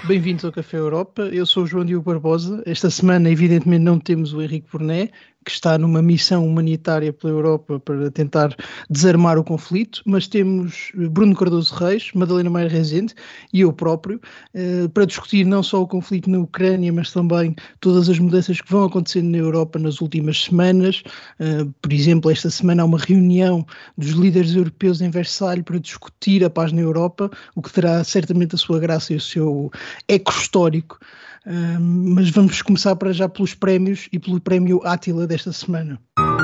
Bem-vindos ao Café Europa. Eu sou o João Diogo Barbosa. Esta semana, evidentemente, não temos o Henrique Burné, que está numa missão humanitária pela Europa para tentar desarmar o conflito, mas temos Bruno Cardoso Reis, Madalena Maia Rezende e eu próprio para discutir não só o conflito na Ucrânia, mas também todas as mudanças que vão acontecendo na Europa nas últimas semanas. Por exemplo, esta semana há uma reunião dos líderes europeus em Versalhes para discutir a paz na Europa, o que terá certamente a sua graça e o seu eco histórico. Mas vamos começar para já pelos prémios e pelo prémio Átila desta semana.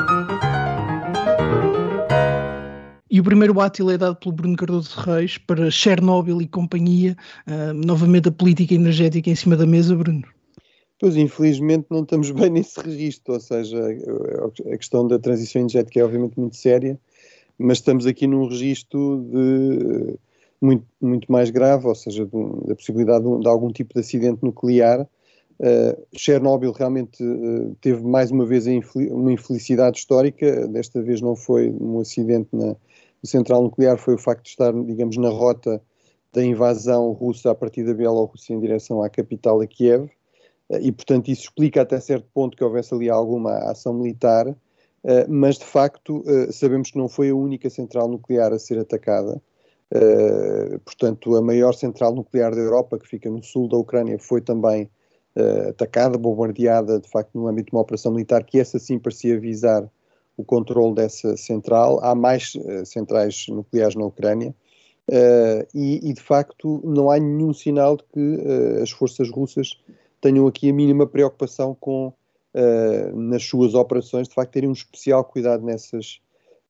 E o primeiro Átila é dado pelo Bruno Cardoso Reis para Chernobyl e companhia. Novamente a política energética em cima da mesa, Bruno. Pois, infelizmente não estamos bem nesse registro, ou seja, a questão da transição energética é obviamente muito séria, mas estamos aqui num registro de muito mais grave, ou seja, da possibilidade de algum tipo de acidente nuclear. Chernobyl realmente teve mais uma vez uma infelicidade histórica. Desta vez não foi um acidente na central nuclear, foi o facto de estar, digamos, na rota da invasão russa a partir da Bielorrússia em direção à capital, a Kiev, e portanto isso explica até certo ponto que houvesse ali alguma ação militar, mas de facto sabemos que não foi a única central nuclear a ser atacada. Portanto, a maior central nuclear da Europa, que fica no sul da Ucrânia, foi também atacada, bombardeada, de facto, no âmbito de uma operação militar, que essa sim parecia visar o controle dessa central. Há mais centrais nucleares na Ucrânia e, de facto, não há nenhum sinal de que as forças russas tenham aqui a mínima preocupação com, nas suas operações, de facto, terem um especial cuidado nesses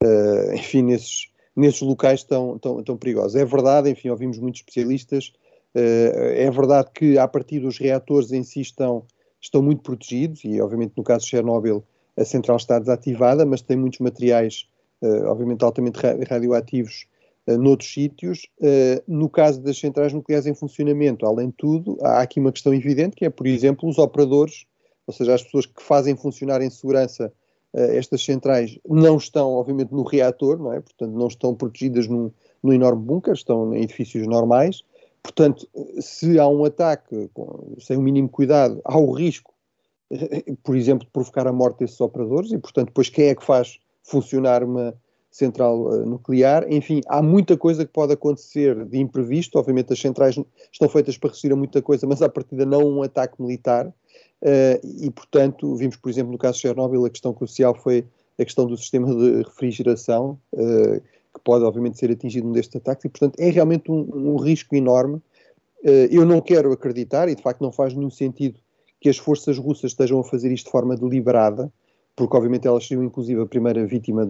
locais tão perigosos. É verdade, enfim, ouvimos muitos especialistas, é verdade que a partir dos reatores em si estão muito protegidos e obviamente no caso de Chernobyl a central está desativada, mas tem muitos materiais obviamente altamente radioativos noutros sítios. No caso das centrais nucleares em funcionamento, além de tudo, há aqui uma questão evidente que é, por exemplo, os operadores, ou seja, as pessoas que fazem funcionar em segurança estas centrais não estão, obviamente, no reator, não é? Portanto, não estão protegidas num enorme bunker, estão em edifícios normais. Portanto, se há um ataque sem o mínimo cuidado, há o risco, por exemplo, de provocar a morte desses operadores e, portanto, depois quem é que faz funcionar uma central nuclear? Enfim, há muita coisa que pode acontecer de imprevisto. Obviamente as centrais estão feitas para resistir a muita coisa, mas à partida não um ataque militar. E, portanto, vimos, por exemplo, no caso de Chernobyl, a questão crucial foi a questão do sistema de refrigeração, que pode, obviamente, ser atingido num destes ataques, e, portanto, é realmente um risco enorme. Eu não quero acreditar, e de facto não faz nenhum sentido, que as forças russas estejam a fazer isto de forma deliberada, porque, obviamente, elas seriam, inclusive, a primeira vítima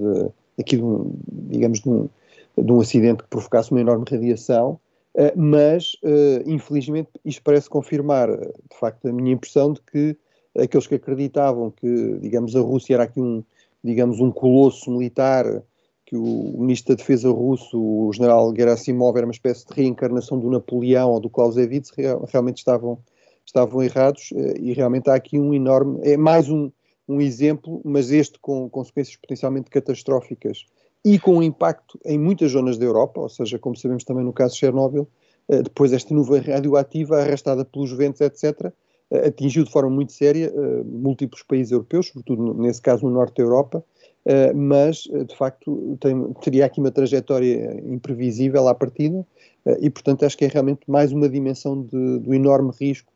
de um acidente que provocasse uma enorme radiação. Mas, infelizmente, isto parece confirmar, de facto, a minha impressão de que aqueles que acreditavam que, digamos, a Rússia era aqui um colosso militar, que o ministro da Defesa russo, o general Gerasimov, era uma espécie de reencarnação do Napoleão ou do Clausewitz, realmente estavam errados, e realmente há aqui um enorme... É mais um exemplo, mas este com consequências potencialmente catastróficas e com um impacto em muitas zonas da Europa, ou seja, como sabemos também no caso de Chernobyl, depois esta nuvem radioativa arrastada pelos ventos, etc., atingiu de forma muito séria múltiplos países europeus, sobretudo nesse caso no norte da Europa, mas de facto teria aqui uma trajetória imprevisível à partida, e portanto acho que é realmente mais uma dimensão do enorme risco,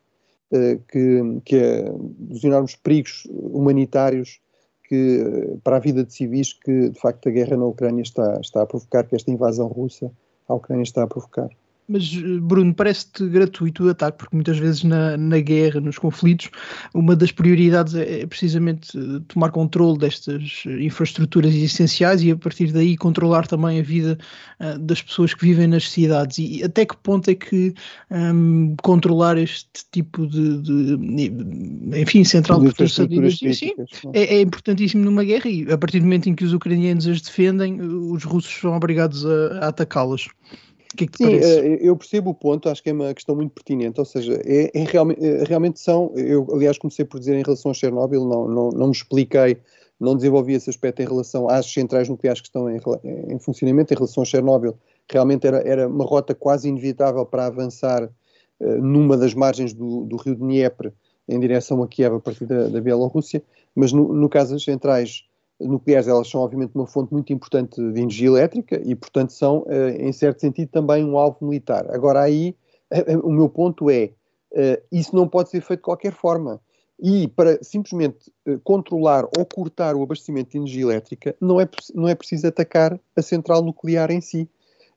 dos enormes perigos humanitários para a vida de civis que de facto a guerra na Ucrânia está a provocar, que esta invasão russa à Ucrânia está a provocar. Mas, Bruno, parece-te gratuito o ataque, porque muitas vezes na guerra, nos conflitos, uma das prioridades é precisamente tomar controle destas infraestruturas essenciais e, a partir daí, controlar também a vida das pessoas que vivem nas cidades. E até que ponto é que controlar este tipo enfim, central de produção de energia, sim, é importantíssimo numa guerra, e a partir do momento em que os ucranianos as defendem, os russos são obrigados a atacá-las. O que é que te parece? Eu percebo o ponto, acho que é uma questão muito pertinente, ou seja, realmente eu aliás comecei por dizer em relação a Chernobyl, não me expliquei, não desenvolvi esse aspecto em relação às centrais nucleares que estão em funcionamento. Em relação a Chernobyl, realmente era uma rota quase inevitável para avançar numa das margens do rio Dnieper, em direção a Kiev, a partir da Bielorrússia, mas no caso das centrais nucleares, elas são obviamente uma fonte muito importante de energia elétrica e, portanto, são, em certo sentido, também um alvo militar. Agora, aí, o meu ponto é, isso não pode ser feito de qualquer forma. E para simplesmente controlar ou cortar o abastecimento de energia elétrica, não é preciso atacar a central nuclear em si.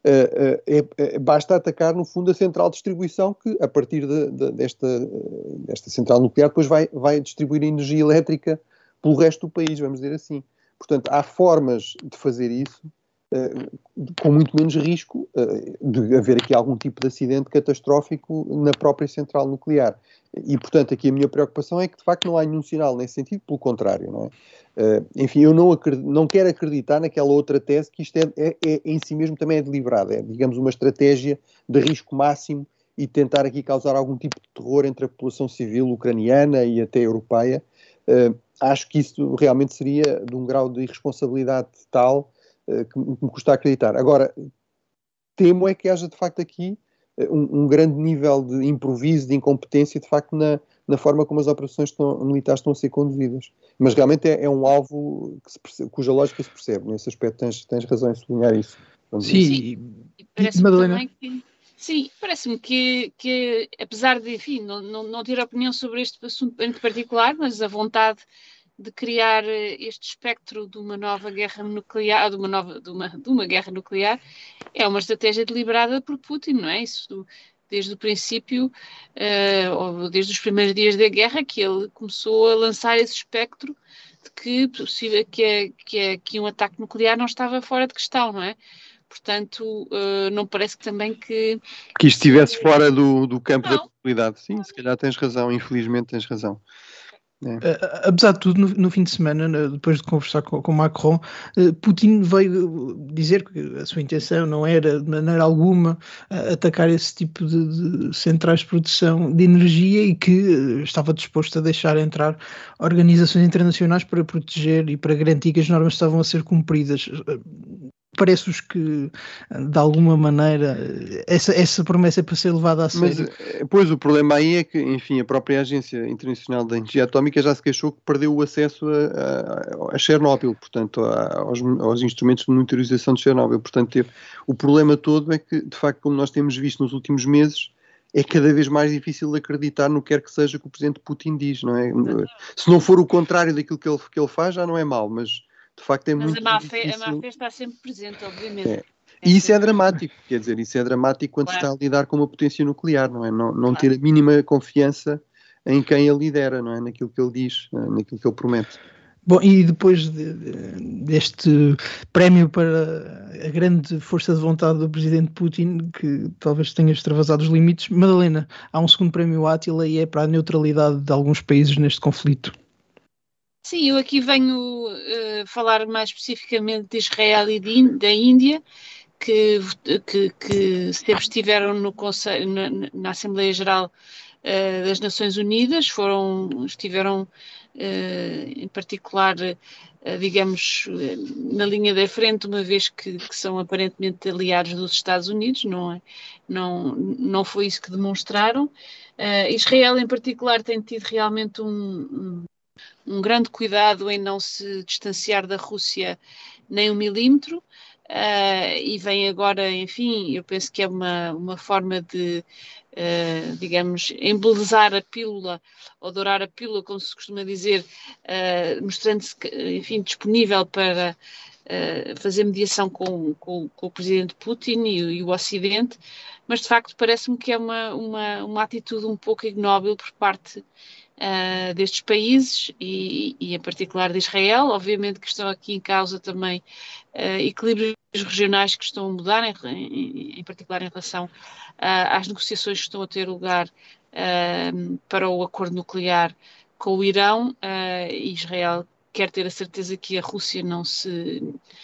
Basta atacar, no fundo, a central de distribuição que, a partir desta central nuclear, depois vai distribuir energia elétrica pelo resto do país, vamos dizer assim. Portanto, há formas de fazer isso com muito menos risco de haver aqui algum tipo de acidente catastrófico na própria central nuclear. E, portanto, aqui a minha preocupação é que, de facto, não há nenhum sinal nesse sentido, pelo contrário, não é? Enfim, eu não quero acreditar naquela outra tese que isto em si mesmo também é deliberado, é, digamos, uma estratégia de risco máximo e tentar aqui causar algum tipo de terror entre a população civil ucraniana e até europeia. Acho que isso realmente seria de um grau de irresponsabilidade tal que me custa acreditar. Agora, temo é que haja de facto aqui um grande nível de improviso, de incompetência, de facto, na forma como as operações militares estão a ser conduzidas. Mas realmente é um alvo cuja lógica se percebe. Nesse aspecto tens razão em sublinhar isso. Sim, e parece-me também que... Sim, parece-me que apesar de, enfim, não ter opinião sobre este assunto em particular, mas a vontade de criar este espectro de uma nova guerra nuclear, de uma guerra nuclear, é uma estratégia deliberada por Putin, não é? Isso desde o princípio, ou desde os primeiros dias da guerra, que ele começou a lançar esse espectro de que um ataque nuclear não estava fora de questão, não é? Portanto, não parece que também que isto estivesse fora do campo da possibilidade. Sim, se calhar tens razão, infelizmente tens razão. Apesar de tudo, no fim de semana, depois de conversar com Macron, Putin veio dizer que a sua intenção não era, de maneira alguma, atacar esse tipo de centrais de produção de energia e que estava disposto a deixar entrar organizações internacionais para proteger e para garantir que as normas estavam a ser cumpridas. Parece-vos que, de alguma maneira, essa promessa é para ser levada a sério? Mas, pois, o problema aí é que, enfim, a própria Agência Internacional da Energia Atómica já se queixou que perdeu o acesso a Chernobyl, portanto, aos instrumentos de monitorização de Chernobyl. Portanto, o problema todo é que, de facto, como nós temos visto nos últimos meses, é cada vez mais difícil acreditar no que quer que seja que o presidente Putin diz, não é? Se não for o contrário daquilo que ele faz, já não é mau, mas de facto é muito difícil. A má fé está sempre presente, obviamente. E isso é dramático, quer dizer, isso é dramático quando se está a lidar com uma potência nuclear, não é? Não ter a mínima confiança em quem ele lidera, não é? Naquilo que ele diz, naquilo que ele promete. Bom, e depois deste prémio para a grande força de vontade do presidente Putin, que talvez tenha extravasado os limites, Madalena, há um segundo prémio Átila e é para a neutralidade de alguns países neste conflito. Sim, eu aqui venho falar mais especificamente de Israel e da Índia, que sempre estiveram na Assembleia Geral das Nações Unidas, estiveram em particular, digamos, na linha da frente, uma vez que são aparentemente aliados dos Estados Unidos, não é? Não foi isso que demonstraram. Israel, em particular, tem tido realmente um grande cuidado em não se distanciar da Rússia nem um milímetro, e vem agora, enfim, eu penso que é uma forma de, digamos, embelezar a pílula, ou dourar a pílula, como se costuma dizer, mostrando-se, enfim, disponível para fazer mediação com o presidente Putin e o Ocidente, mas de facto parece-me que é uma atitude um pouco ignóbil por parte destes países e em particular de Israel. Obviamente que estão aqui em causa também equilíbrios regionais que estão a mudar, em particular em relação às negociações que estão a ter lugar para o acordo nuclear com o Irão, e Israel quer ter a certeza que a Rússia não se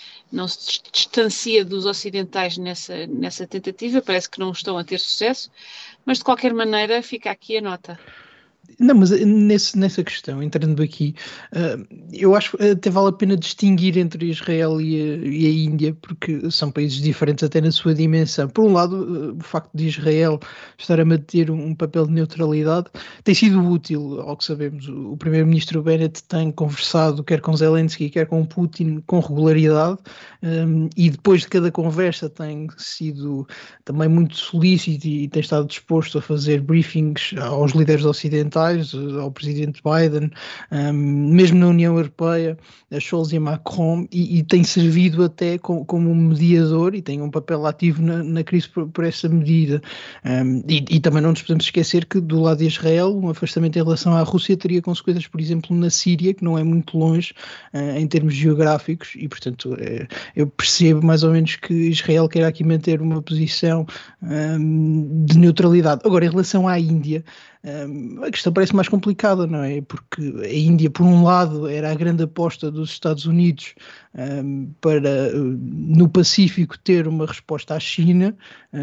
distancia dos ocidentais nessa tentativa. Parece que não estão a ter sucesso, mas de qualquer maneira fica aqui a nota. Não, mas nessa questão, entrando aqui, eu acho que até vale a pena distinguir entre Israel e a Índia, porque são países diferentes até na sua dimensão. Por um lado, o facto de Israel estar a manter um papel de neutralidade tem sido útil, ao que sabemos. O primeiro-ministro Bennett tem conversado quer com Zelensky, quer com Putin, com regularidade, e depois de cada conversa tem sido também muito solícito e tem estado disposto a fazer briefings aos líderes ocidentais, ao presidente Biden, mesmo na União Europeia, a Scholz e a Macron, e tem servido até como mediador e tem um papel ativo na crise por essa medida. E também não nos podemos esquecer que do lado de Israel, um afastamento em relação à Rússia teria consequências, por exemplo, na Síria, que não é muito longe em termos geográficos, e portanto eu percebo mais ou menos que Israel quer aqui manter uma posição de neutralidade. Agora, em relação à Índia, a questão parece mais complicada, não é? Porque a Índia, por um lado, era a grande aposta dos Estados Unidos para, no Pacífico, ter uma resposta à China,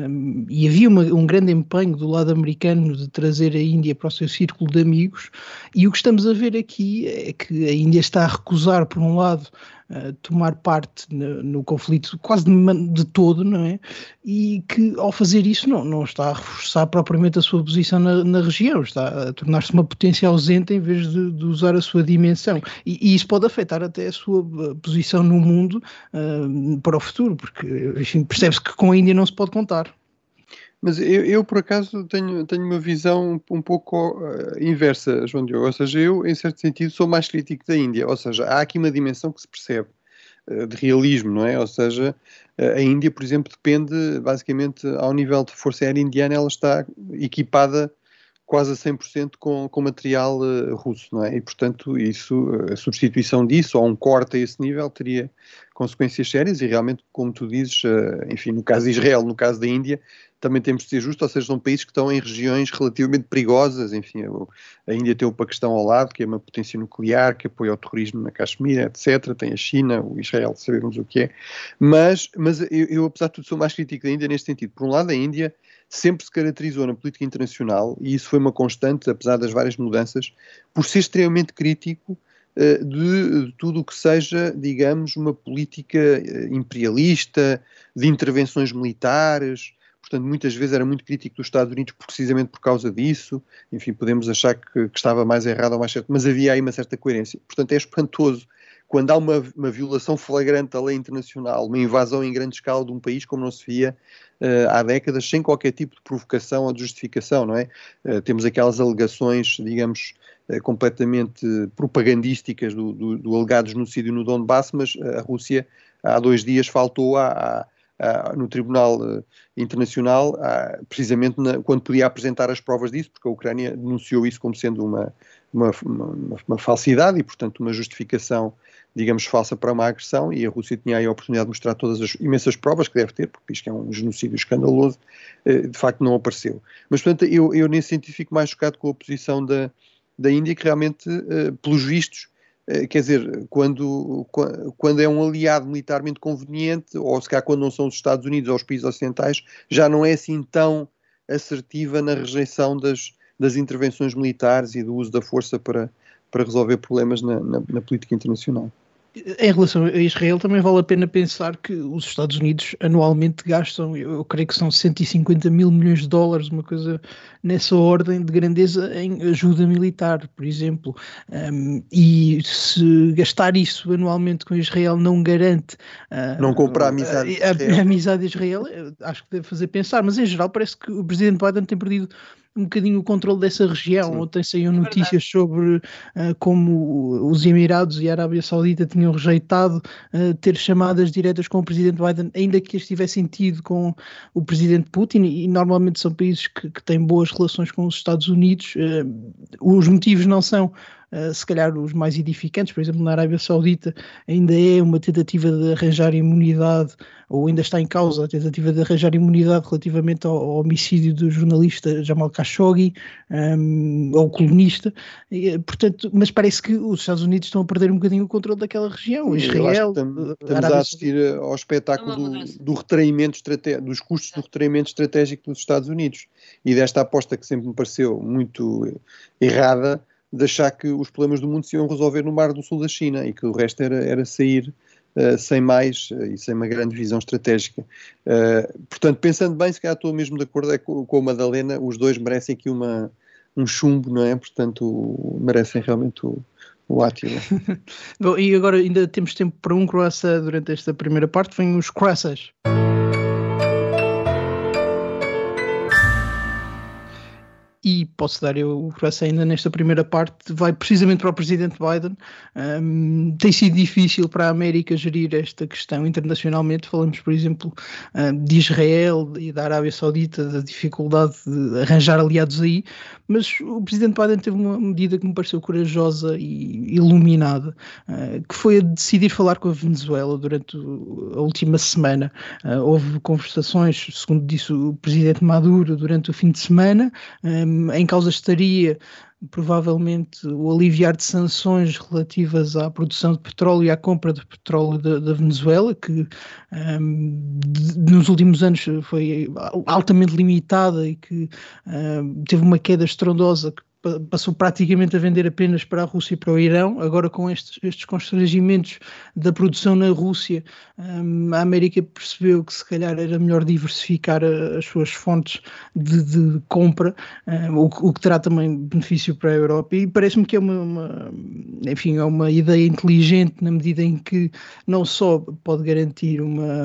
e havia um grande empenho do lado americano de trazer a Índia para o seu círculo de amigos, e o que estamos a ver aqui é que a Índia está a recusar, por um lado, tomar parte no conflito quase de todo, não é? E que ao fazer isso não está a reforçar propriamente a sua posição na região, está a tornar-se uma potência ausente em vez de usar a sua dimensão. E isso pode afetar até a sua posição no mundo para o futuro, porque enfim, percebe-se que com a Índia não se pode contar. Mas eu por acaso, tenho uma visão um pouco inversa, João Diogo. Ou seja, eu, em certo sentido, sou mais crítico da Índia. Ou seja, há aqui uma dimensão que se percebe de realismo, não é? Ou seja, a Índia, por exemplo, depende, basicamente, ao nível de Força Aérea Indiana, ela está equipada quase a 100% com material russo, não é? E, portanto, a substituição disso, ou um corte a esse nível, teria consequências sérias e realmente, como tu dizes, enfim, no caso de Israel, no caso da Índia, também temos de ser justos, ou seja, são países que estão em regiões relativamente perigosas, enfim, a Índia tem o Paquistão ao lado, que é uma potência nuclear, que apoia o terrorismo na Caxemira, etc., tem a China, o Israel, sabemos o que é, mas eu, apesar de tudo, sou mais crítico da Índia neste sentido. Por um lado, a Índia sempre se caracterizou na política internacional, e isso foi uma constante, apesar das várias mudanças, por ser extremamente crítico de tudo o que seja, digamos, uma política imperialista, de intervenções militares. Portanto, muitas vezes era muito crítico dos Estados Unidos precisamente por causa disso. Enfim, podemos achar que estava mais errado ou mais certo, mas havia aí uma certa coerência. Portanto, é espantoso quando há uma violação flagrante da lei internacional, uma invasão em grande escala de um país como não se via há décadas, sem qualquer tipo de provocação ou de justificação, não é? Temos aquelas alegações, digamos, completamente propagandísticas do alegado genocídio no Donbass, mas a Rússia há 2 dias faltou no Tribunal Internacional, precisamente quando podia apresentar as provas disso, porque a Ucrânia denunciou isso como sendo uma falsidade e, portanto, uma justificação, digamos, falsa para uma agressão, e a Rússia tinha aí a oportunidade de mostrar todas as imensas provas que deve ter, porque diz que é um genocídio escandaloso, de facto não apareceu. Mas, portanto, eu nesse sentido fico mais chocado com a posição da Índia, que realmente, pelos vistos, quer dizer, quando é um aliado militarmente conveniente, ou se calhar quando não são os Estados Unidos ou os países ocidentais, já não é assim tão assertiva na rejeição das intervenções militares e do uso da força para resolver problemas na política internacional. Em relação a Israel, também vale a pena pensar que os Estados Unidos anualmente gastam, eu creio que são 150 mil milhões de dólares, uma coisa nessa ordem de grandeza, em ajuda militar, por exemplo. E se gastar isso anualmente com Israel não garante não comprar a amizade de Israel. A amizade de Israel, acho que deve fazer pensar, mas em geral parece que o presidente Biden tem perdido um bocadinho o controle dessa região. Ontem saíram notícias sobre como os Emirados e a Arábia Saudita tinham rejeitado ter chamadas diretas com o presidente Biden, ainda que este tivessem tido com o presidente Putin, e normalmente são países que têm boas relações com os Estados Unidos. Os motivos não são se calhar os mais edificantes, por exemplo, na Arábia Saudita, ainda é uma tentativa de arranjar imunidade, ou ainda está em causa a tentativa de arranjar imunidade relativamente ao homicídio do jornalista Jamal Khashoggi, ao colunista, portanto, mas parece que os Estados Unidos estão a perder um bocadinho o controle daquela região. Israel, estamos a assistir ao espetáculo do retraimento dos custos do retraimento estratégico dos Estados Unidos e desta aposta que sempre me pareceu muito errada, de achar que os problemas do mundo se iam resolver no Mar do Sul da China e que o resto era sair sem mais e sem uma grande visão estratégica. Portanto, pensando bem, se calhar estou mesmo de acordo com a Madalena, os dois merecem aqui um chumbo, não é? Portanto, merecem realmente o Átila. Bom, e agora ainda temos tempo para um croissant durante esta primeira parte, vêm os croissants. E posso dar eu o croissant ainda nesta primeira parte, vai precisamente para o Presidente Biden. Tem sido difícil para a América gerir esta questão internacionalmente. Falamos, por exemplo, de Israel e da Arábia Saudita, da dificuldade de arranjar aliados aí, mas o Presidente Biden teve uma medida que me pareceu corajosa e iluminada, que foi a decidir falar com a Venezuela durante a última semana. Houve conversações, segundo disse o Presidente Maduro, durante o fim de semana. Em causa estaria provavelmente o aliviar de sanções relativas à produção de petróleo e à compra de petróleo da Venezuela, que nos últimos anos foi altamente limitada e que teve uma queda estrondosa, que passou praticamente a vender apenas para a Rússia e para o Irão. Agora, com estes constrangimentos da produção na Rússia, a América percebeu que se calhar era melhor diversificar as suas fontes de compra, o que terá também benefício para a Europa, e parece-me que é uma ideia inteligente, na medida em que não só pode garantir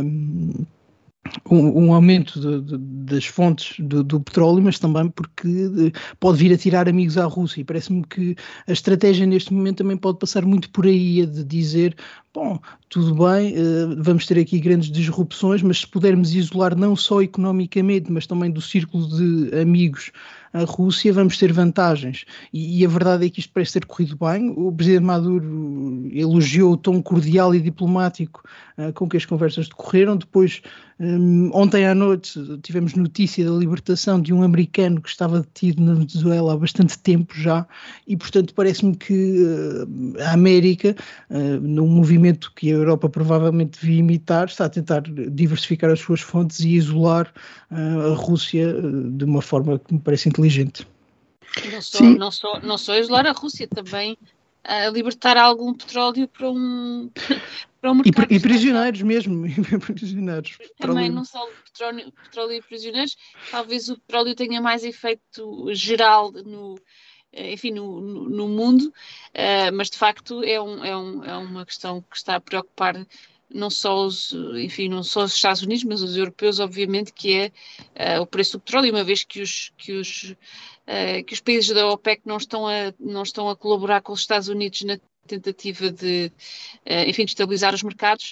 um aumento das fontes do petróleo, mas também porque pode vir a tirar amigos à Rússia, e parece-me que a estratégia neste momento também pode passar muito por aí, de dizer, bom, tudo bem, vamos ter aqui grandes disrupções, mas se pudermos isolar não só economicamente, mas também do círculo de amigos a Rússia, vamos ter vantagens. E a verdade é que isto parece ter corrido bem. O Presidente Maduro elogiou o tom cordial e diplomático com que as conversas decorreram. Depois, ontem à noite, tivemos notícia da libertação de um americano que estava detido na Venezuela há bastante tempo já, e portanto parece-me que a América, num movimento que a Europa provavelmente devia imitar, está a tentar diversificar as suas fontes e isolar a Rússia de uma forma que me parece inteligente. Não só isolar a Rússia, também a libertar algum petróleo para um mercado. E prisioneiros mesmo. Prisioneiros. Também não só petróleo e prisioneiros, talvez o petróleo tenha mais efeito geral no mundo, mas de facto é uma questão que está a preocupar não só os Estados Unidos, mas os europeus, obviamente, que é o preço do petróleo, uma vez que os países da OPEC não estão a colaborar com os Estados Unidos na tentativa de estabilizar os mercados.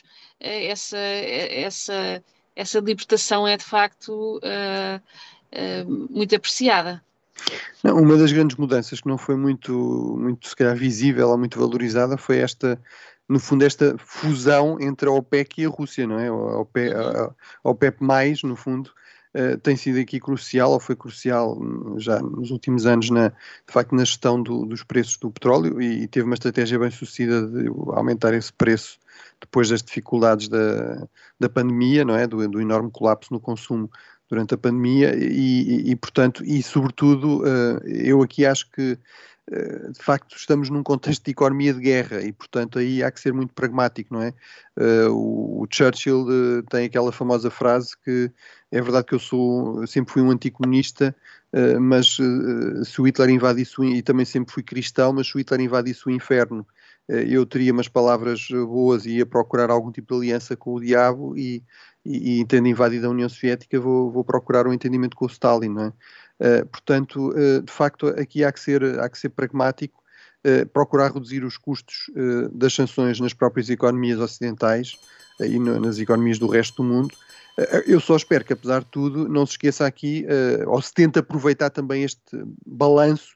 Essa libertação é de facto muito apreciada. Não, uma das grandes mudanças que não foi muito se calhar visível ou muito valorizada foi esta fusão entre a OPEC e a Rússia, não é? A OPEP+, no fundo, tem sido aqui crucial, ou foi crucial já nos últimos anos, de facto, na gestão dos preços do petróleo, e teve uma estratégia bem sucedida de aumentar esse preço depois das dificuldades da pandemia, não é? Do enorme colapso no consumo durante a pandemia, e portanto, e sobretudo, eu aqui acho que de facto estamos num contexto de economia de guerra e portanto aí há que ser muito pragmático, não é? O Churchill tem aquela famosa frase que é verdade que eu sempre fui um anticomunista, mas se o Hitler invadisse, e também sempre fui cristão, mas se o Hitler invadisse o inferno, eu teria umas palavras boas e ia procurar algum tipo de aliança com o diabo, e tendo invadido a União Soviética vou procurar um entendimento com o Stalin, não é? Portanto, de facto, aqui há que ser pragmático, procurar reduzir os custos das sanções nas próprias economias ocidentais e nas economias do resto do mundo. Eu só espero que, apesar de tudo, não se esqueça aqui, ou se tente aproveitar também este balanço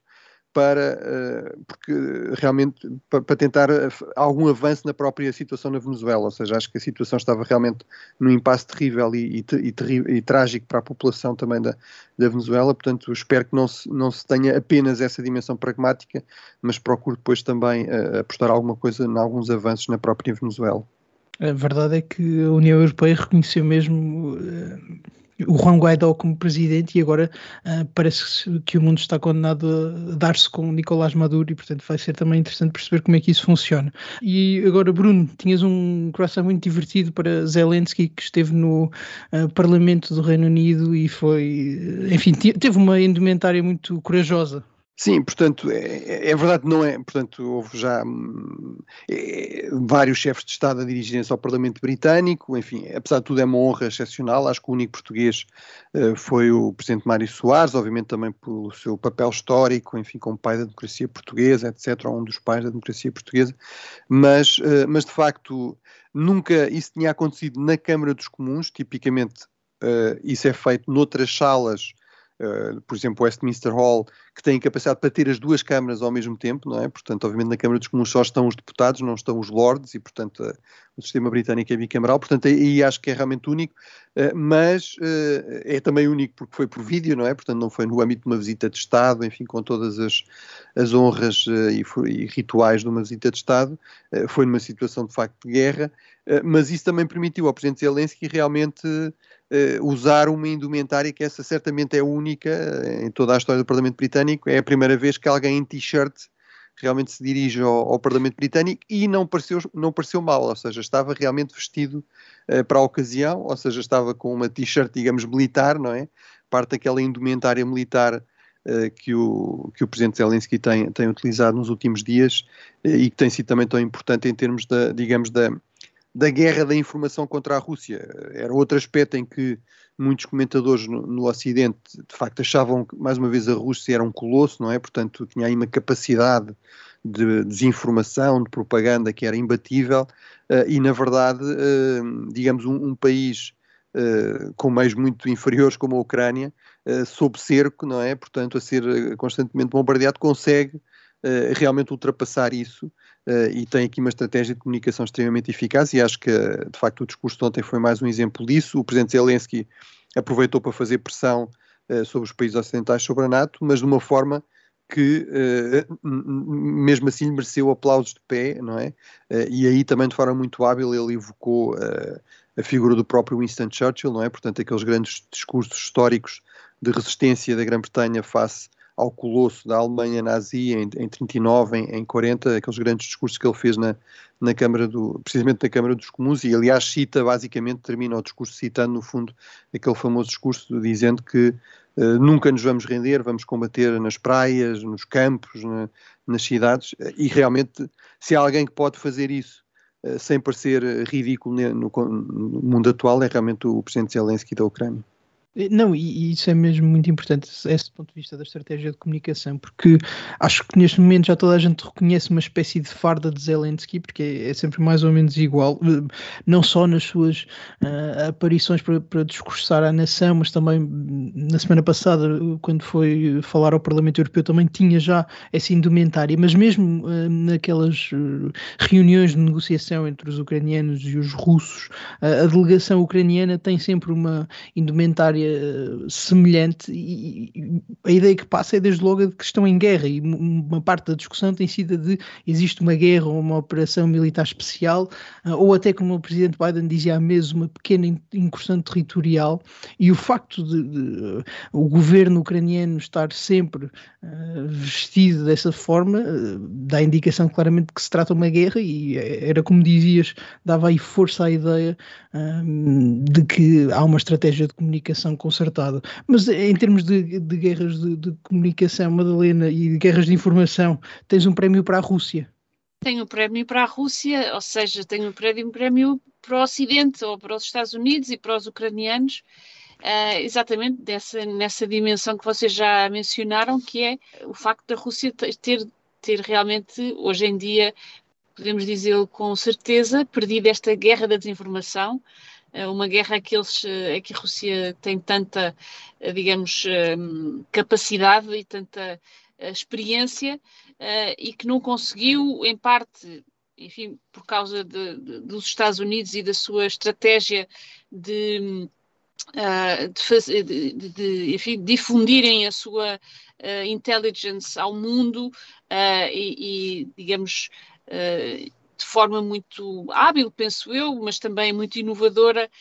porque realmente para tentar algum avanço na própria situação na Venezuela, ou seja, acho que a situação estava realmente num impasse terrível e trágico para a população também da Venezuela, portanto espero que não se tenha apenas essa dimensão pragmática, mas procuro depois também apostar alguma coisa em alguns avanços na própria Venezuela. A verdade é que a União Europeia reconheceu mesmo o Juan Guaidó como presidente e agora parece que o mundo está condenado a dar-se com Nicolás Maduro e, portanto, vai ser também interessante perceber como é que isso funciona. E agora, Bruno, tinhas um croissant muito divertido para Zelensky, que esteve no Parlamento do Reino Unido e foi, enfim, teve uma indumentária muito corajosa. Sim, portanto, é verdade que não é, portanto, houve já vários chefes de Estado a dirigirem-se ao Parlamento Britânico, enfim, apesar de tudo é uma honra excepcional, acho que o único português foi o Presidente Mário Soares, obviamente também pelo seu papel histórico, enfim, como pai da democracia portuguesa, etc., ou um dos pais da democracia portuguesa, mas de facto nunca isso tinha acontecido na Câmara dos Comuns, tipicamente isso é feito noutras salas, por exemplo, Westminster Hall, que tem capacidade para ter as duas câmaras ao mesmo tempo, não é? Portanto, obviamente na Câmara dos Comuns só estão os deputados, não estão os lords, e portanto o sistema britânico é bicameral, portanto aí acho que é realmente único, mas é também único porque foi por vídeo, não é? Portanto não foi no âmbito de uma visita de Estado, enfim, com todas as honras e rituais de uma visita de Estado, foi numa situação de facto de guerra, mas isso também permitiu ao Presidente Zelensky realmente usar uma indumentária que essa certamente é única em toda a história do Parlamento Britânico. É a primeira vez que alguém em t-shirt realmente se dirige ao Parlamento Britânico e não pareceu mal, ou seja, estava realmente vestido para a ocasião, ou seja, estava com uma t-shirt, digamos, militar, não é? Parte daquela indumentária militar que o Presidente Zelensky tem utilizado nos últimos dias e que tem sido também tão importante em termos da guerra da informação contra a Rússia. Era outro aspecto em que muitos comentadores no Ocidente, de facto, achavam que, mais uma vez, a Rússia era um colosso, não é? Portanto, tinha aí uma capacidade de desinformação, de propaganda que era imbatível, e, na verdade, digamos, um país com meios muito inferiores como a Ucrânia, sob cerco, não é? Portanto, a ser constantemente bombardeado, consegue realmente ultrapassar isso, e tem aqui uma estratégia de comunicação extremamente eficaz e acho que, de facto, o discurso de ontem foi mais um exemplo disso. O Presidente Zelensky aproveitou para fazer pressão sobre os países ocidentais, sobre a NATO, mas de uma forma que, mesmo assim, mereceu aplausos de pé, não é? E aí também, de forma muito hábil, ele evocou a figura do próprio Winston Churchill, não é? Portanto, aqueles grandes discursos históricos de resistência da Grã-Bretanha face ao colosso da Alemanha nazi em 39, em 40, aqueles grandes discursos que ele fez na Câmara precisamente na Câmara dos Comuns, e aliás cita, basicamente, termina o discurso citando, no fundo, aquele famoso discurso dizendo que nunca nos vamos render, vamos combater nas praias, nos campos, nas cidades, e realmente, se há alguém que pode fazer isso sem parecer ridículo no mundo atual, é realmente o Presidente Zelensky da Ucrânia. Não, e isso é mesmo muito importante, esse ponto de vista da estratégia de comunicação, porque acho que neste momento já toda a gente reconhece uma espécie de farda de Zelensky, porque é sempre mais ou menos igual, não só nas suas aparições para discursar à nação, mas também na semana passada, quando foi falar ao Parlamento Europeu, também tinha já essa indumentária, mas mesmo naquelas reuniões de negociação entre os ucranianos e os russos, a delegação ucraniana tem sempre uma indumentária semelhante e a ideia que passa é desde logo de que estão em guerra e uma parte da discussão tem sido de existe uma guerra ou uma operação militar especial ou até, como o Presidente Biden dizia há meses, uma pequena incursão territorial, e o facto de o governo ucraniano estar sempre vestido dessa forma dá indicação claramente que se trata de uma guerra, e era como dizias, dava aí força à ideia de que há uma estratégia de comunicação concertada. Mas em termos de guerras de comunicação, Madalena, e de guerras de informação, tens um prémio para a Rússia? Tenho um prémio para a Rússia, ou seja, tenho um prémio para o Ocidente, ou para os Estados Unidos e para os ucranianos, exatamente nessa dimensão que vocês já mencionaram, que é o facto da Rússia ter realmente, hoje em dia, podemos dizê-lo com certeza, perdido esta guerra da desinformação, uma guerra a que a Rússia tem tanta, digamos, capacidade e tanta experiência, e que não conseguiu, em parte, enfim, por causa dos Estados Unidos e da sua estratégia de enfim, difundirem a sua intelligence ao mundo, digamos, de forma muito hábil, penso eu, mas também muito inovadora,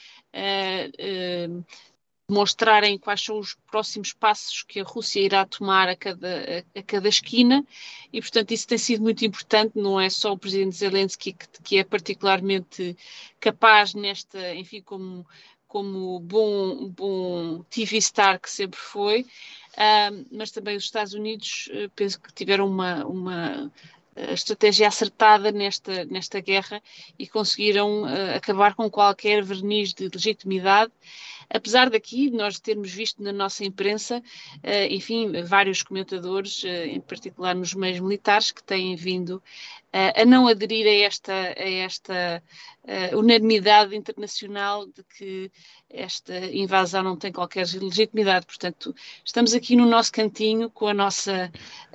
mostrarem quais são os próximos passos que a Rússia irá tomar a cada esquina, e portanto isso tem sido muito importante. Não é só o presidente Zelensky que é particularmente capaz nesta, enfim, como bom TV star que sempre foi, mas também os Estados Unidos, penso que tiveram uma estratégia acertada nesta guerra e conseguiram acabar com qualquer verniz de legitimidade, apesar daqui nós termos visto na nossa imprensa, enfim, vários comentadores, em particular nos meios militares, que têm vindo a não aderir a esta unanimidade internacional de que esta invasão não tem qualquer legitimidade. Portanto, estamos aqui no nosso cantinho com a nossa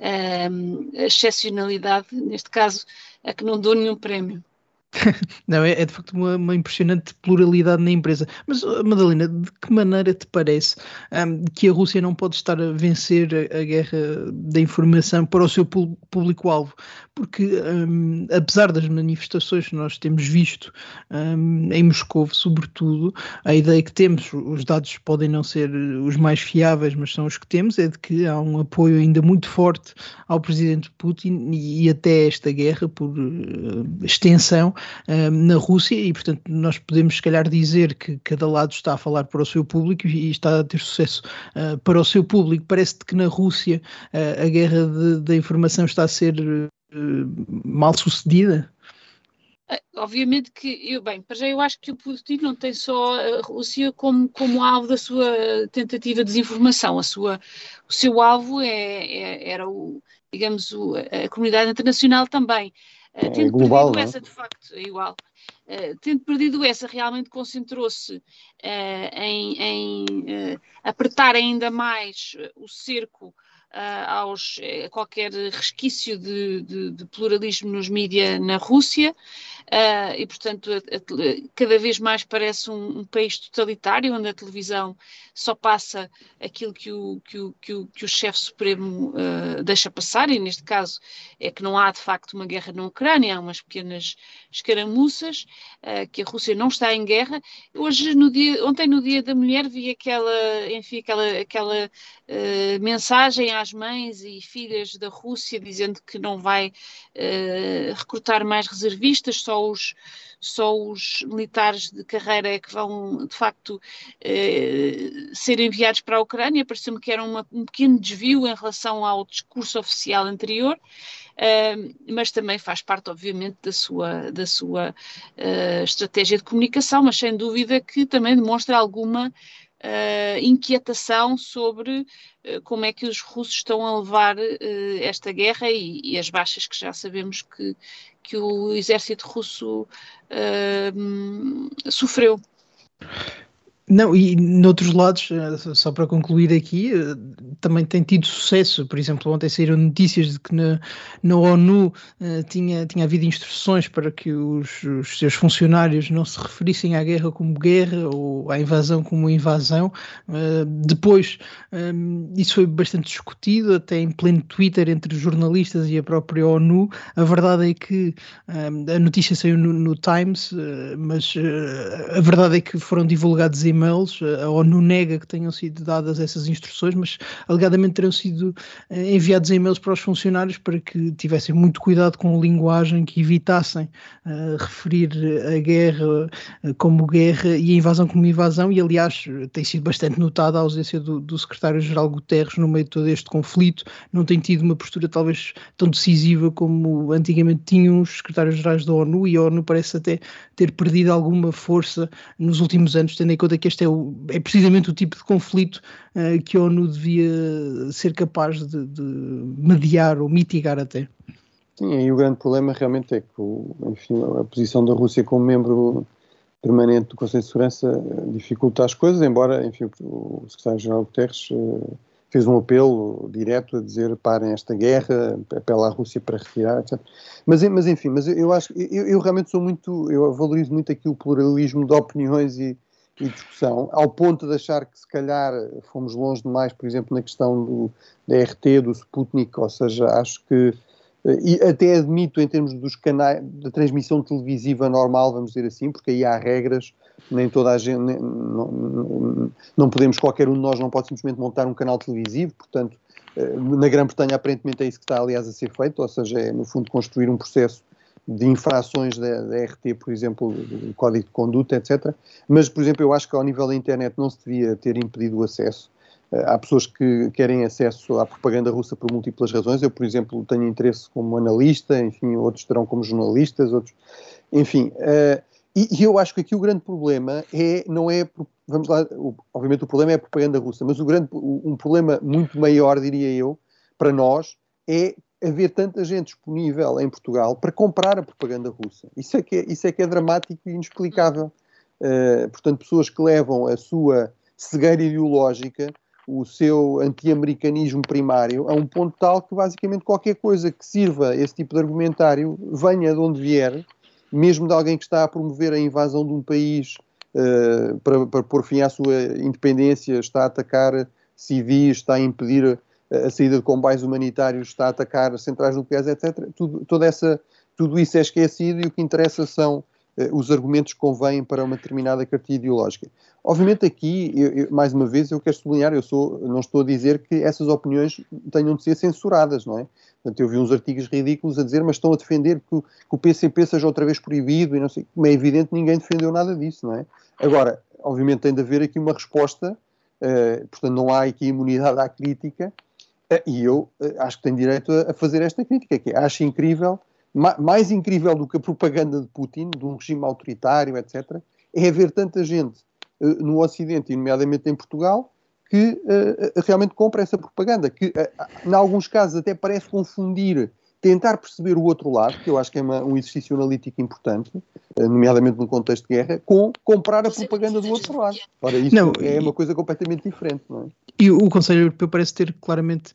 excepcionalidade, neste caso, a que não dou nenhum prémio. Não, é de facto uma impressionante pluralidade na empresa. Mas, Madalena, de que maneira te parece que a Rússia não pode estar a vencer a guerra da informação para o seu público-alvo? Porque, apesar das manifestações que nós temos visto em Moscovo, sobretudo, a ideia que temos, os dados podem não ser os mais fiáveis, mas são os que temos, é de que há um apoio ainda muito forte ao presidente Putin e até esta guerra, por extensão, na Rússia, e portanto nós podemos se calhar dizer que cada lado está a falar para o seu público e está a ter sucesso para o seu público. Parece-te que na Rússia a guerra da informação está a ser mal sucedida? Obviamente que, para já eu acho que o Putin não tem só a Rússia como alvo da sua tentativa de desinformação. O seu alvo era digamos, a comunidade internacional também. Tendo global, perdido essa, de facto, é igual. Tendo perdido essa, realmente concentrou-se em apertar ainda mais o cerco a qualquer resquício de pluralismo nos mídias na Rússia, e portanto cada vez mais parece um país totalitário, onde a televisão só passa aquilo que o chefe supremo deixa passar, e neste caso é que não há de facto uma guerra na Ucrânia, há umas pequenas escaramuças, que a Rússia não está em guerra. Ontem no Dia da Mulher vi aquela mensagem às mães e filhas da Rússia dizendo que não vai recrutar mais reservistas, só os militares de carreira é que vão de facto ser enviados para a Ucrânia. Pareceu-me que era um pequeno desvio em relação ao discurso oficial anterior, mas também faz parte obviamente da sua estratégia de comunicação, mas sem dúvida que também demonstra alguma inquietação sobre como é que os russos estão a levar esta guerra e as baixas que já sabemos que o exército russo sofreu. Não, e noutros lados, só para concluir aqui, também tem tido sucesso. Por exemplo, ontem saíram notícias de que na ONU tinha havido instruções para que os seus funcionários não se referissem à guerra como guerra ou à invasão como invasão. Depois, isso foi bastante discutido, até em pleno Twitter, entre os jornalistas e a própria ONU. A verdade é que a notícia saiu no Times, mas a verdade é que foram divulgados e-mails. A ONU nega que tenham sido dadas essas instruções, mas alegadamente terão sido enviados e-mails para os funcionários para que tivessem muito cuidado com a linguagem, que evitassem referir a guerra como guerra e a invasão como invasão. E aliás tem sido bastante notada a ausência do secretário-geral Guterres no meio de todo este conflito. Não tem tido uma postura talvez tão decisiva como antigamente tinham os secretários-gerais da ONU, e a ONU parece até ter perdido alguma força nos últimos anos, tendo em conta que este é precisamente o tipo de conflito que a ONU devia ser capaz de mediar ou mitigar até. Sim, e o grande problema realmente é que, enfim, a posição da Rússia como membro permanente do Conselho de Segurança dificulta as coisas, embora, enfim, o secretário-geral Guterres fez um apelo direto a dizer parem esta guerra, apela à Rússia para retirar, etc. Mas enfim, eu acho, eu realmente eu valorizo muito aqui o pluralismo de opiniões e discussão, ao ponto de achar que se calhar fomos longe demais, por exemplo, na questão da RT, do Sputnik, ou seja, acho que e até admito em termos dos canais da transmissão televisiva normal, vamos dizer assim, porque aí há regras, nem toda a gente, não podemos, qualquer um de nós não pode simplesmente montar um canal televisivo, portanto, na Grã-Bretanha aparentemente é isso que está aliás a ser feito, ou seja, é no fundo construir um processo de infrações da RT, por exemplo, do Código de Conduta, etc. Mas, por exemplo, eu acho que ao nível da internet não se devia ter impedido o acesso. Há pessoas que querem acesso à propaganda russa por múltiplas razões. Eu, por exemplo, tenho interesse como analista, enfim, outros terão como jornalistas, outros... Enfim, e eu acho que aqui o grande problema não é... Vamos lá, obviamente o problema é a propaganda russa, mas um problema muito maior, diria eu, para nós, é haver tanta gente disponível em Portugal para comprar a propaganda russa. Isso é que é dramático e inexplicável. Portanto, pessoas que levam a sua cegueira ideológica, o seu anti-americanismo primário, a um ponto tal que basicamente qualquer coisa que sirva esse tipo de argumentário, venha de onde vier, mesmo de alguém que está a promover a invasão de um país para pôr fim à sua independência, está a atacar civis, está a impedir a saída de comboios humanitários, está a atacar centrais nucleares, etc. Tudo isso é esquecido e o que interessa são os argumentos que convêm para uma determinada cartilha ideológica. Obviamente aqui, mais uma vez, eu quero sublinhar, não estou a dizer que essas opiniões tenham de ser censuradas, não é? Portanto, eu vi uns artigos ridículos a dizer, mas estão a defender que o PCP seja outra vez proibido e não sei, como é evidente, ninguém defendeu nada disso, não é? Agora, obviamente tem de haver aqui uma resposta, portanto não há aqui imunidade à crítica, e eu acho que tenho direito a fazer esta crítica, que acho incrível, mais incrível do que a propaganda de Putin, de um regime autoritário, etc., é haver tanta gente no Ocidente, e nomeadamente em Portugal, que realmente compra essa propaganda, que em alguns casos até parece confundir, tentar perceber o outro lado, que eu acho que é um exercício analítico importante, nomeadamente num contexto de guerra, com comprar a propaganda do outro lado. Ora, isso é uma coisa completamente diferente, não é? E o Conselho Europeu parece ter claramente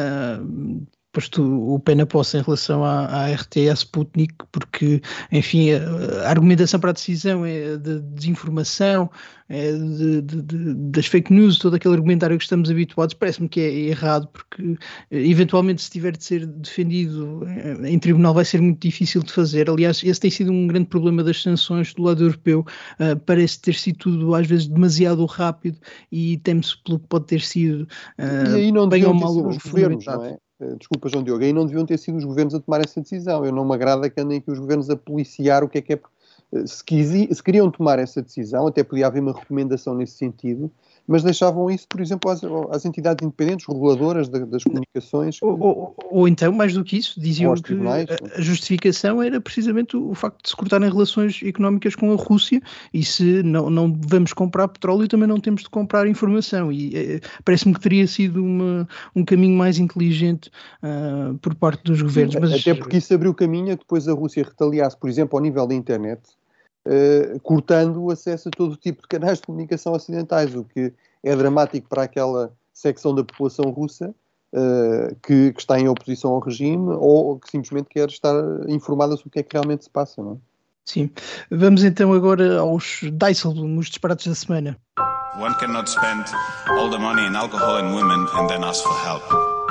posto o pé na poça em relação à RT e à Sputnik, porque, enfim, a argumentação para a decisão é de desinformação, é das fake news, todo aquele argumentário que estamos habituados, parece-me que é errado, porque eventualmente se tiver de ser defendido em tribunal vai ser muito difícil de fazer. Aliás, esse tem sido um grande problema das sanções do lado europeu, parece ter sido tudo às vezes demasiado rápido e teme-se pelo que pode ter sido e aí não bem ou deviam mal ter sido os governos, não é? Desculpa, João Diogo, aí não deviam ter sido os governos a tomar essa decisão. Eu não me agrada que andem aqui os governos a policiar o que é. Se queriam tomar essa decisão, até podia haver uma recomendação nesse sentido, mas deixavam isso, por exemplo, às entidades independentes, reguladoras das comunicações. Ou então, mais do que isso, diziam que a justificação era precisamente o facto de se cortarem relações económicas com a Rússia e se não vamos comprar petróleo também não temos de comprar informação e parece-me que teria sido um caminho mais inteligente por parte dos governos. Mas até porque isso abriu caminho a que depois a Rússia retaliasse, por exemplo, ao nível da internet, cortando o acesso a todo tipo de canais de comunicação ocidentais, o que é dramático para aquela secção da população russa que está em oposição ao regime ou que simplesmente quer estar informada sobre o que é que realmente se passa, não é? Sim. Vamos então agora aos Dijsselbloem, os disparates da semana. One cannot spend all the money in alcohol and women and then ask for help.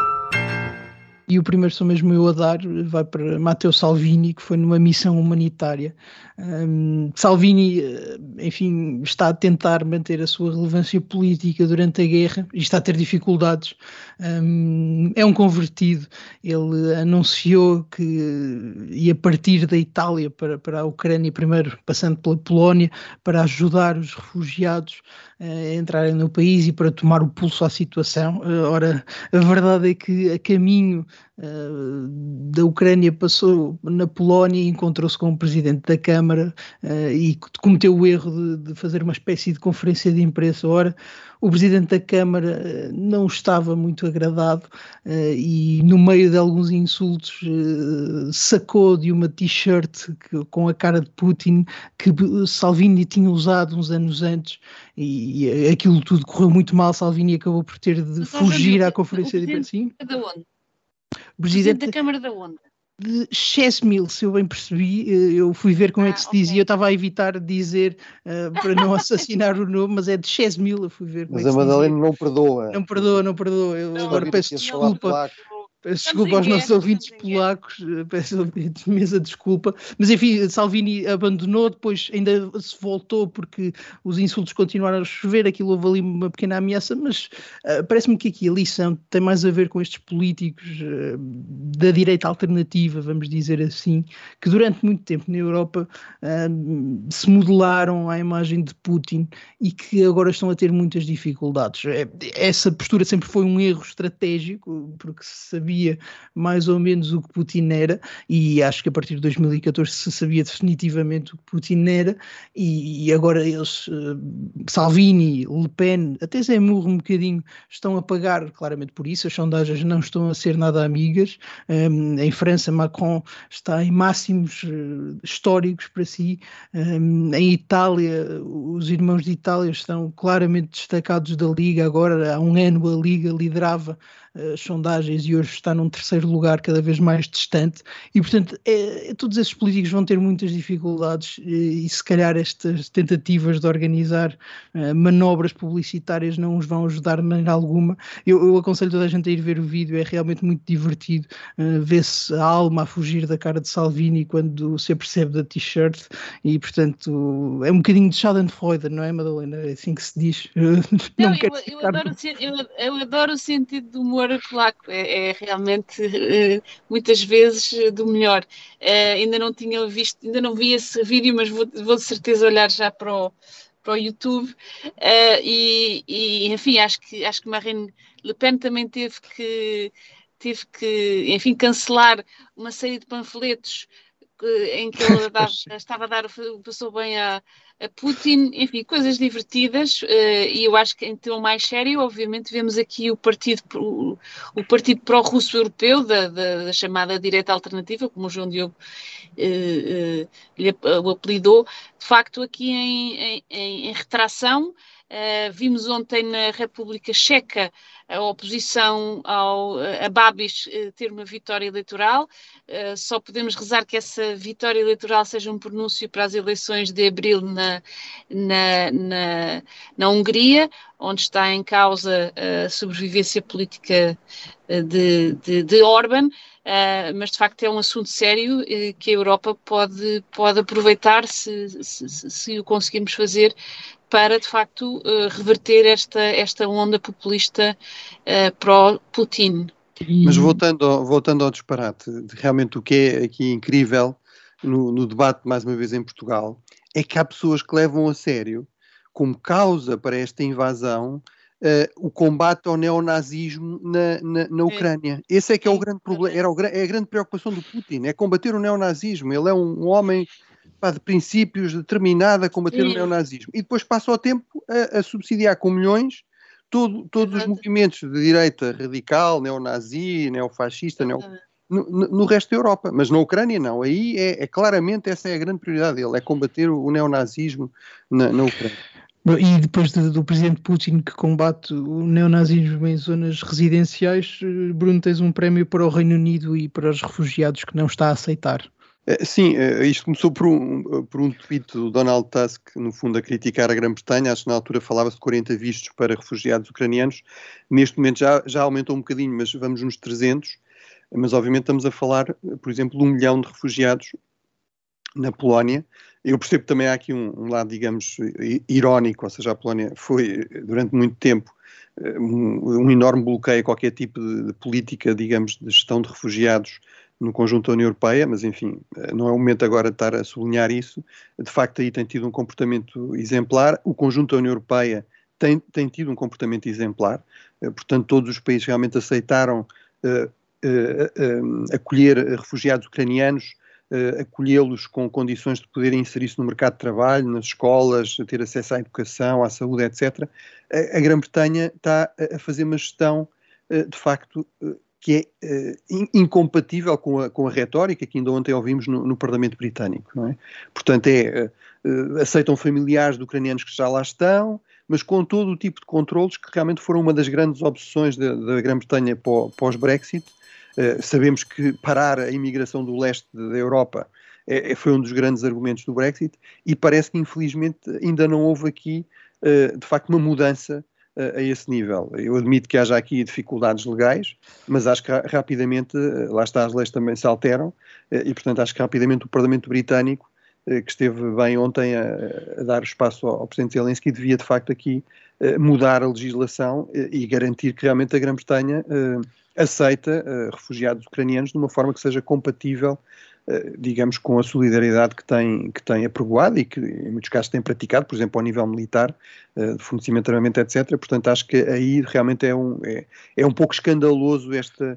E o primeiro sou mesmo eu a dar, vai para Matteo Salvini, que foi numa missão humanitária. Salvini, enfim, está a tentar manter a sua relevância política durante a guerra e está a ter dificuldades. É um convertido. Ele anunciou que ia partir da Itália para a Ucrânia, primeiro passando pela Polónia, para ajudar os refugiados a entrarem no país e para tomar o pulso à situação. Ora, a verdade é que a caminho da Ucrânia passou na Polónia e encontrou-se com o presidente da Câmara e cometeu o erro de fazer uma espécie de conferência de imprensa. Ora, o presidente da Câmara não estava muito agradado e, no meio de alguns insultos, sacou de uma t-shirt com a cara de Putin que Salvini tinha usado uns anos antes, e aquilo tudo correu muito mal. Salvini acabou por ter de fugir à conferência de imprensa. O presidente da Câmara da onde? De Chesmil, se eu bem percebi. Eu fui ver como é que se dizia. Eu estava a evitar dizer para não assassinar o nome, mas é de Chesmil. Eu fui ver como mas é que se dizia. Mas a Madalena não perdoa. Não perdoa. Eu agora peço desculpa. Peço desculpa aos nossos ouvintes polacos, peço imensa desculpa, mas enfim, Salvini abandonou, depois ainda se voltou porque os insultos continuaram a chover, aquilo houve ali uma pequena ameaça, mas parece-me que aqui a lição tem mais a ver com estes políticos da direita alternativa, vamos dizer assim, que durante muito tempo na Europa se modelaram à imagem de Putin e que agora estão a ter muitas dificuldades. Essa postura sempre foi um erro estratégico, porque se sabia mais ou menos o que Putin era, e acho que a partir de 2014 se sabia definitivamente o que Putin era, e agora eles, Salvini, Le Pen, até Zemmour um bocadinho, estão a pagar claramente por isso. As sondagens não estão a ser nada amigas. Em França, Macron está em máximos históricos para si. Em Itália, os irmãos de Itália estão claramente destacados da Liga. Agora, há um ano, a Liga liderava as sondagens e hoje está num terceiro lugar cada vez mais distante, e portanto todos esses políticos vão ter muitas dificuldades e se calhar estas tentativas de organizar manobras publicitárias não os vão ajudar de maneira alguma. Eu aconselho toda a gente a ir ver o vídeo, é realmente muito divertido ver-se a alma a fugir da cara de Salvini quando se apercebe da t-shirt, e portanto é um bocadinho de Schadenfreude, não é, Madalena? É assim que se diz. Eu adoro o sentido do humor polaco, é realmente muitas vezes do melhor. Ainda não vi esse vídeo, mas vou de certeza olhar já para o YouTube. Enfim, acho que Marine Le Pen também teve que enfim, cancelar uma série de panfletos em que ele estava a dar, passou bem a Putin, enfim, coisas divertidas, e eu acho que em tom mais sério, obviamente, vemos aqui o partido pró-russo europeu, da chamada direita alternativa, como o João Diogo lhe o apelidou, de facto aqui em retração. Vimos ontem na República Checa a oposição a Babiš ter uma vitória eleitoral. Só podemos rezar que essa vitória eleitoral seja um pronúncio para as eleições de abril na Hungria, onde está em causa a sobrevivência política de Orbán. Mas de facto é um assunto sério que a Europa pode aproveitar, se o conseguirmos fazer, para de facto reverter esta onda populista pró-Putin. Mas voltando ao disparate, realmente o que é aqui incrível no debate, mais uma vez em Portugal, é que há pessoas que levam a sério, como causa para esta invasão, o combate ao neonazismo na Ucrânia. Esse é que é o grande problema, é a grande preocupação do Putin, é combater o neonazismo. Ele é um homem de princípios, determinado a combater o neonazismo. E depois passa o tempo a subsidiar com milhões todos os movimentos de direita radical, neonazi, neofascista, no resto da Europa. Mas na Ucrânia não. Aí claramente essa é a grande prioridade dele, é combater o neonazismo na Ucrânia. E depois do presidente Putin, que combate o neonazismo em zonas residenciais, Bruno, tens um prémio para o Reino Unido e para os refugiados que não está a aceitar. Sim, isto começou por um tweet do Donald Tusk, no fundo a criticar a Grã-Bretanha. Acho que na altura falava-se de 40 vistos para refugiados ucranianos. Neste momento já aumentou um bocadinho, mas vamos nos 300. Mas obviamente estamos a falar, por exemplo, de 1 milhão de refugiados na Polónia. Eu percebo que também há aqui um lado, digamos, irónico, ou seja, a Polónia foi durante muito tempo um enorme bloqueio a qualquer tipo de política, digamos, de gestão de refugiados no conjunto da União Europeia, mas enfim, não é o momento agora de estar a sublinhar isso. De facto, aí tem tido um comportamento exemplar. O conjunto da União Europeia tem tido um comportamento exemplar. Portanto, todos os países realmente aceitaram acolher refugiados ucranianos, acolhê-los com condições de poderem inserir-se no mercado de trabalho, nas escolas, ter acesso à educação, à saúde, etc. A Grã-Bretanha está a fazer uma gestão, de facto, que é incompatível com a retórica que ainda ontem ouvimos no Parlamento Britânico, não é? Portanto, aceitam familiares de ucranianos que já lá estão, mas com todo o tipo de controlos que realmente foram uma das grandes obsessões da Grã-Bretanha pós-Brexit. Sabemos que parar a imigração do leste da Europa foi um dos grandes argumentos do Brexit, e parece que infelizmente ainda não houve aqui, de facto, uma mudança a esse nível. Eu admito que haja aqui dificuldades legais, mas acho que rapidamente, lá está, as leis também se alteram, e portanto acho que rapidamente o Parlamento Britânico, que esteve bem ontem a dar espaço ao Presidente Zelensky, devia de facto aqui mudar a legislação e garantir que realmente a Grã-Bretanha aceita refugiados ucranianos de uma forma que seja compatível, digamos, com a solidariedade que tem apregoado e que em muitos casos tem praticado, por exemplo, ao nível militar, de fornecimento de armamento, etc. Portanto, acho que aí realmente é um pouco escandaloso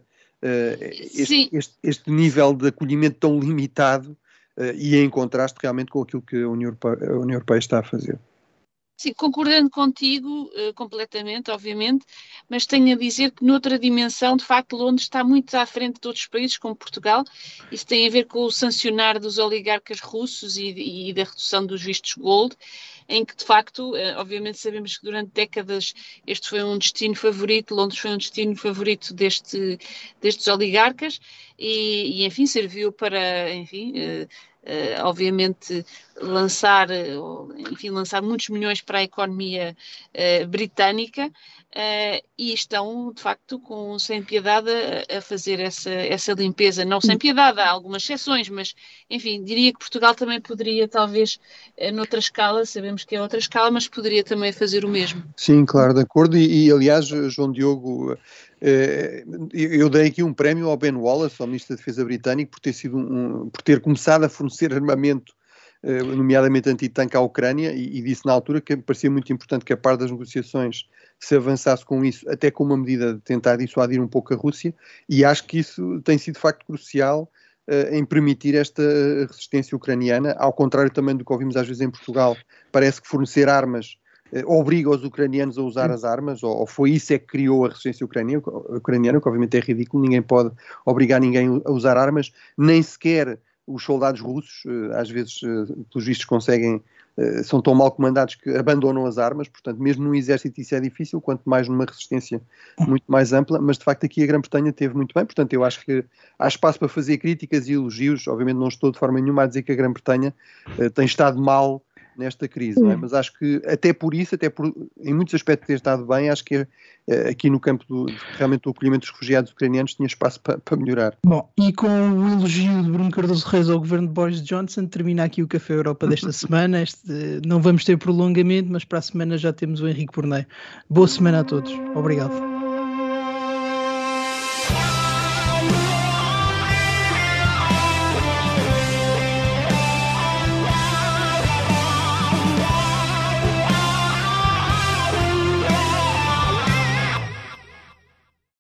este nível de acolhimento tão limitado, e em contraste realmente com aquilo que a União Europeia está a fazer. Sim, concordando contigo completamente, obviamente, mas tenho a dizer que noutra dimensão, de facto, Londres está muito à frente de outros países, como Portugal. Isso tem a ver com o sancionar dos oligarcas russos e da redução dos vistos gold, em que, de facto, obviamente sabemos que durante décadas este foi um destino favorito, Londres foi um destino favorito destes oligarcas e, enfim, serviu para, enfim... obviamente lançar muitos milhões para a economia britânica, e estão de facto sem piedade a fazer essa limpeza, não sem piedade, há algumas exceções, mas enfim, diria que Portugal também poderia, talvez noutra escala, sabemos que é outra escala, mas poderia também fazer o mesmo. Sim, claro, de acordo, e aliás, João Diogo, eu dei aqui um prémio ao Ben Wallace, ao Ministro da Defesa britânico, por ter começado a fornecer armamento, nomeadamente antitanque à Ucrânia, e disse na altura que me parecia muito importante que, a par das negociações, se avançasse com isso, até com uma medida de tentar dissuadir um pouco a Rússia, e acho que isso tem sido de facto crucial em permitir esta resistência ucraniana, ao contrário também do que ouvimos às vezes em Portugal. Parece que fornecer armas obriga os ucranianos a usar as armas, ou foi isso que criou a resistência ucraniana, que obviamente é ridículo. Ninguém pode obrigar ninguém a usar armas, nem sequer os soldados russos, às vezes, pelos vistos, são tão mal comandados que abandonam as armas. Portanto, mesmo num exército isso é difícil, quanto mais numa resistência muito mais ampla, mas de facto aqui a Grã-Bretanha teve muito bem. Portanto, eu acho que há espaço para fazer críticas e elogios. Obviamente não estou de forma nenhuma a dizer que a Grã-Bretanha tem estado mal nesta crise, não é? Mas acho que até por em muitos aspectos ter estado bem, acho que aqui no campo realmente do acolhimento dos refugiados ucranianos tinha espaço para melhorar. Bom, e com o elogio de Bruno Cardoso Reis ao governo de Boris Johnson, termina aqui o Café Europa desta semana. Não vamos ter prolongamento, mas para a semana já temos o Henrique Pornei. Boa semana a todos. Obrigado.